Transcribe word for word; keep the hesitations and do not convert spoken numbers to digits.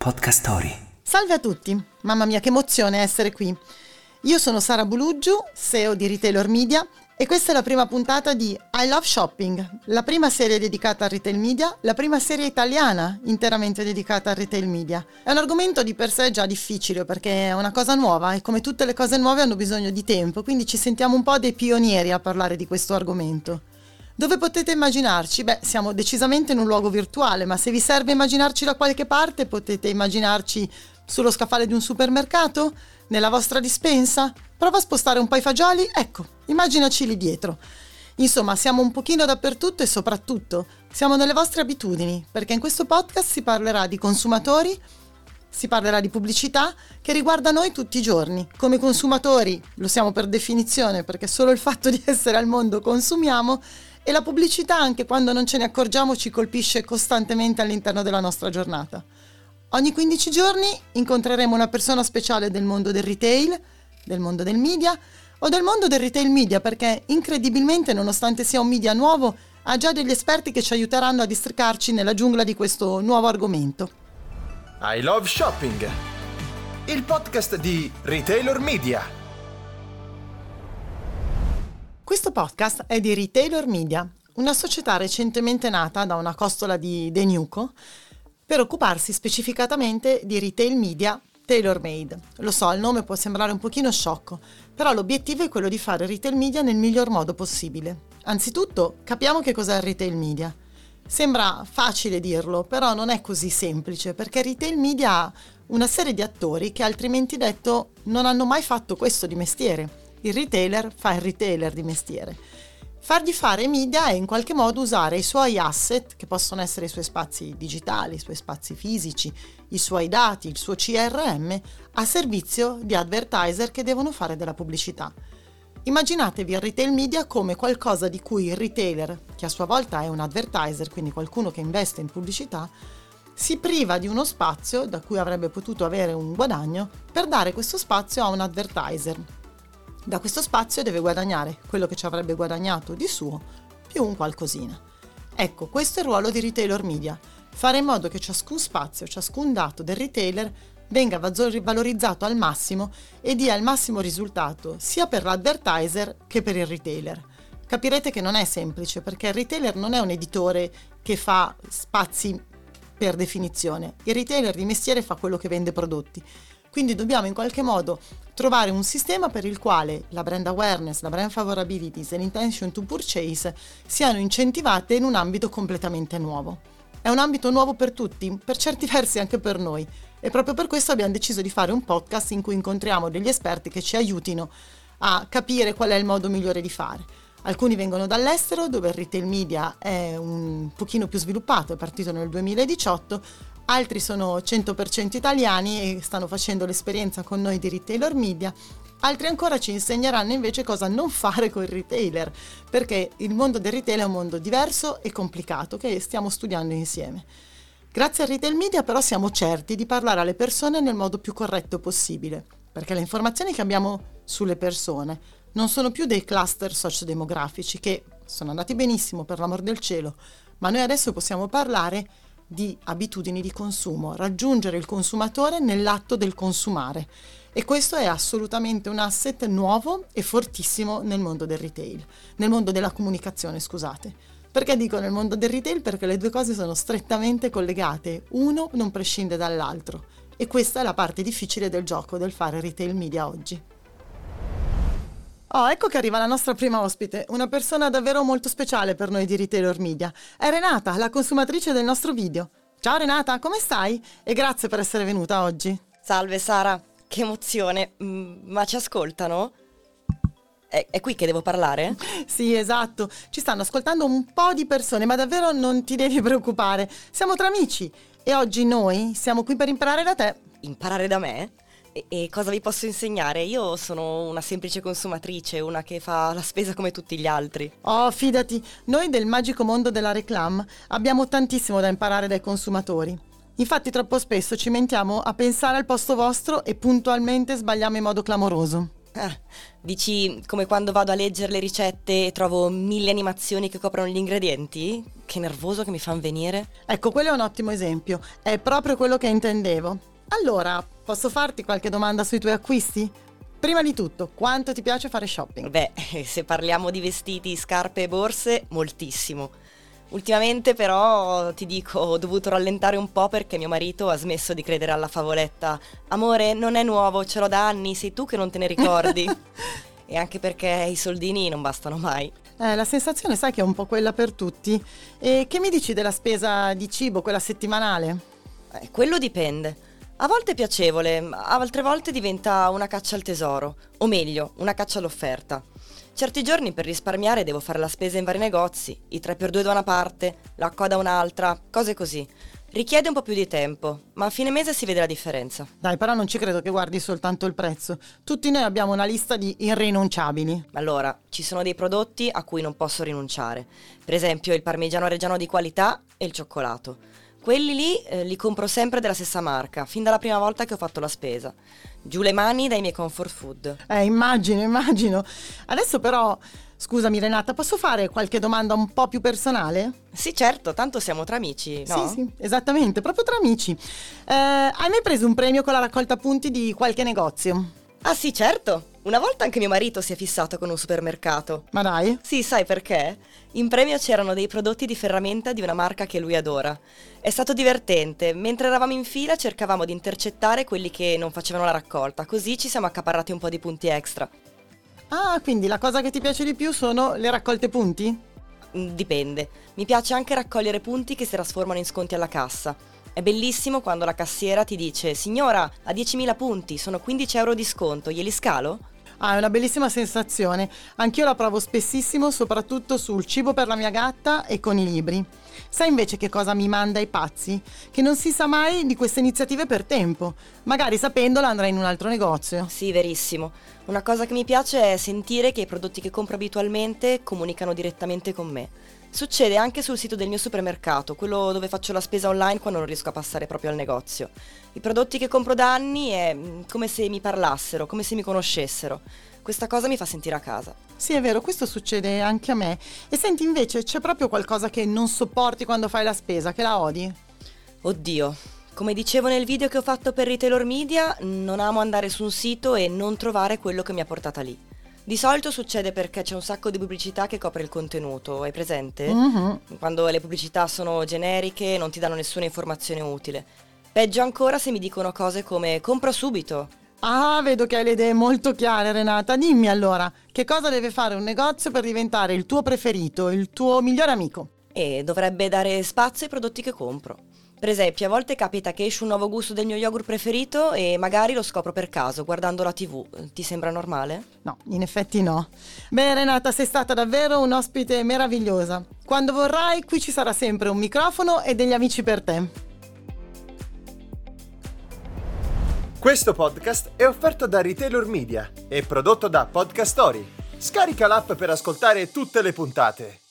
Podcast Story. Salve a tutti, mamma mia che emozione essere qui. Io sono Sara Buluggiu, S E O di Retailer Media, e questa è la prima puntata di I Love Shopping, la prima serie dedicata al retail media, la prima serie italiana interamente dedicata al retail media. È un argomento di per sé già difficile perché è una cosa nuova e come tutte le cose nuove hanno bisogno di tempo, quindi ci sentiamo un po' dei pionieri a parlare di questo argomento. Dove potete immaginarci? Beh, siamo decisamente in un luogo virtuale, ma se vi serve immaginarci da qualche parte, potete immaginarci sullo scaffale di un supermercato? Nella vostra dispensa? Prova a spostare un po' i fagioli? Ecco, immaginaci lì dietro. Insomma, siamo un pochino dappertutto e soprattutto siamo nelle vostre abitudini, perché in questo podcast si parlerà di consumatori, si parlerà di pubblicità che riguarda noi tutti i giorni. Come consumatori lo siamo per definizione, perché solo il fatto di essere al mondo consumiamo, e la pubblicità, anche quando non ce ne accorgiamo, ci colpisce costantemente all'interno della nostra giornata. Ogni quindici giorni incontreremo una persona speciale del mondo del retail, del mondo del media o del mondo del retail media, perché incredibilmente, nonostante sia un media nuovo, ha già degli esperti che ci aiuteranno a districarci nella giungla di questo nuovo argomento. I Love Shopping, il podcast di Retailer Media. Questo podcast è di Retailer Media, una società recentemente nata da una costola di De Newco per occuparsi specificatamente di retail media tailor-made. Lo so, il nome può sembrare un pochino sciocco, però l'obiettivo è quello di fare retail media nel miglior modo possibile. Anzitutto, capiamo che cos'è il retail media. Sembra facile dirlo, però non è così semplice, perché il retail media ha una serie di attori che altrimenti detto non hanno mai fatto questo di mestiere. Il retailer fa il retailer di mestiere. Fargli fare media è in qualche modo usare i suoi asset, che possono essere i suoi spazi digitali, i suoi spazi fisici, i suoi dati, il suo C R M, a servizio di advertiser che devono fare della pubblicità. Immaginatevi il retail media come qualcosa di cui il retailer, che a sua volta è un advertiser, quindi qualcuno che investe in pubblicità, si priva di uno spazio da cui avrebbe potuto avere un guadagno per dare questo spazio a un advertiser. Da questo spazio deve guadagnare quello che ci avrebbe guadagnato di suo più un qualcosina. Ecco, questo è il ruolo di Retailer Media: fare in modo che ciascun spazio, ciascun dato del retailer venga valorizzato al massimo e dia il massimo risultato sia per l'advertiser che per il retailer. Capirete che non è semplice, perché il retailer non è un editore che fa spazi per definizione. Il retailer di mestiere fa quello che vende prodotti. Quindi dobbiamo in qualche modo trovare un sistema per il quale la brand awareness, la brand favorability e l'intention to purchase siano incentivate in un ambito completamente nuovo. È un ambito nuovo per tutti, per certi versi anche per noi, e proprio per questo abbiamo deciso di fare un podcast in cui incontriamo degli esperti che ci aiutino a capire qual è il modo migliore di fare. Alcuni vengono dall'estero, dove il retail media è un pochino più sviluppato, è partito nel duemiladiciotto, altri sono cento per cento italiani e stanno facendo l'esperienza con noi di Retailer Media, altri ancora ci insegneranno invece cosa non fare con il retailer, perché il mondo del retail è un mondo diverso e complicato che stiamo studiando insieme. Grazie a Retail Media però siamo certi di parlare alle persone nel modo più corretto possibile, perché le informazioni che abbiamo sulle persone non sono più dei cluster sociodemografici che sono andati benissimo, per l'amor del cielo, ma noi adesso possiamo parlare di abitudini di consumo, raggiungere il consumatore nell'atto del consumare, e questo è assolutamente un asset nuovo e fortissimo nel mondo del retail, nel mondo della comunicazione, scusate. Perché dico nel mondo del retail? Perché le due cose sono strettamente collegate, uno non prescinde dall'altro, e questa è la parte difficile del gioco del fare retail media oggi. Oh, ecco che arriva la nostra prima ospite, una persona davvero molto speciale per noi di Retailer Media. È Renata, la consumatrice del nostro video. Ciao Renata, come stai? E grazie per essere venuta oggi. Salve Sara, che emozione, mm, ma ci ascoltano? È, è qui che devo parlare? Sì, esatto, ci stanno ascoltando un po' di persone, ma davvero non ti devi preoccupare. Siamo tra amici e oggi noi siamo qui per imparare da te. Imparare da me? E, e cosa vi posso insegnare? Io sono una semplice consumatrice, una che fa la spesa come tutti gli altri. Oh, fidati, noi del magico mondo della reclame abbiamo tantissimo da imparare dai consumatori. Infatti troppo spesso ci mentiamo a pensare al posto vostro e puntualmente sbagliamo in modo clamoroso. Ah, dici come quando vado a leggere le ricette e trovo mille animazioni che coprono gli ingredienti? Che nervoso che mi fanno venire. Ecco, quello è un ottimo esempio, è proprio quello che intendevo. Allora, posso farti qualche domanda sui tuoi acquisti? Prima di tutto, quanto ti piace fare shopping? Beh, se parliamo di vestiti, scarpe e borse, moltissimo. Ultimamente però ti dico ho dovuto rallentare un po' perché mio marito ha smesso di credere alla favoletta. Amore, non è nuovo, ce l'ho da anni, sei tu che non te ne ricordi. E anche perché i soldini non bastano mai. Eh, la sensazione sai che è un po' quella per tutti. E che mi dici della spesa di cibo, quella settimanale? Eh, quello dipende. A volte è piacevole, altre volte diventa una caccia al tesoro. O meglio, una caccia all'offerta. Certi giorni per risparmiare devo fare la spesa in vari negozi, i tre per due da una parte, l'acqua da un'altra, cose così. Richiede un po' più di tempo, ma a fine mese si vede la differenza. Dai, però non ci credo che guardi soltanto il prezzo. Tutti noi abbiamo una lista di irrinunciabili. Allora, ci sono dei prodotti a cui non posso rinunciare. Per esempio il parmigiano reggiano di qualità e il cioccolato. Quelli lì eh, li compro sempre della stessa marca, fin dalla prima volta che ho fatto la spesa. Giù le mani dai miei comfort food. Eh, immagino, immagino. Adesso però, scusami Renata, posso fare qualche domanda un po' più personale? Sì, certo, tanto siamo tra amici, no? Sì, sì, esattamente, proprio tra amici. Eh, hai mai preso un premio con la raccolta punti di qualche negozio? Ah sì, certo. Una volta anche mio marito si è fissato con un supermercato. Ma dai? Sì, sai perché? In premio c'erano dei prodotti di ferramenta di una marca che lui adora. È stato divertente. Mentre eravamo in fila cercavamo di intercettare quelli che non facevano la raccolta, così ci siamo accaparrati un po' di punti extra. Ah, quindi la cosa che ti piace di più sono le raccolte punti? Mm, Dipende. Mi piace anche raccogliere punti che si trasformano in sconti alla cassa. È bellissimo quando la cassiera ti dice «Signora, ha diecimila punti, sono quindici euro di sconto, glieli scalo?» Ah, è una bellissima sensazione. Anch'io la provo spessissimo, soprattutto sul cibo per la mia gatta e con i libri. Sai invece che cosa mi manda ai pazzi? Che non si sa mai di queste iniziative per tempo. Magari sapendolo andrai in un altro negozio. Sì, verissimo. Una cosa che mi piace è sentire che i prodotti che compro abitualmente comunicano direttamente con me. Succede anche sul sito del mio supermercato, quello dove faccio la spesa online quando non riesco a passare proprio al negozio. I prodotti che compro da anni è come se mi parlassero, come se mi conoscessero. Questa cosa mi fa sentire a casa. Sì, è vero, questo succede anche a me. E senti, invece, c'è proprio qualcosa che non sopporti quando fai la spesa, che la odi? Oddio, come dicevo nel video che ho fatto per Retailer Media, non amo andare su un sito e non trovare quello che mi ha portata lì. Di solito succede perché c'è un sacco di pubblicità che copre il contenuto, hai presente? Mm-hmm. Quando le pubblicità sono generiche e non ti danno nessuna informazione utile. Peggio ancora se mi dicono cose come compra subito. Ah, vedo che hai le idee molto chiare, Renata. Dimmi allora, che cosa deve fare un negozio per diventare il tuo preferito, il tuo migliore amico? E dovrebbe dare spazio ai prodotti che compro. Per esempio, a volte capita che esce un nuovo gusto del mio yogurt preferito e magari lo scopro per caso guardando la tivù. Ti sembra normale? No, in effetti no. Beh, Renata, sei stata davvero un'ospite meravigliosa. Quando vorrai, qui ci sarà sempre un microfono e degli amici per te. Questo podcast è offerto da Retailer Media e prodotto da Podcast Story. Scarica l'app per ascoltare tutte le puntate.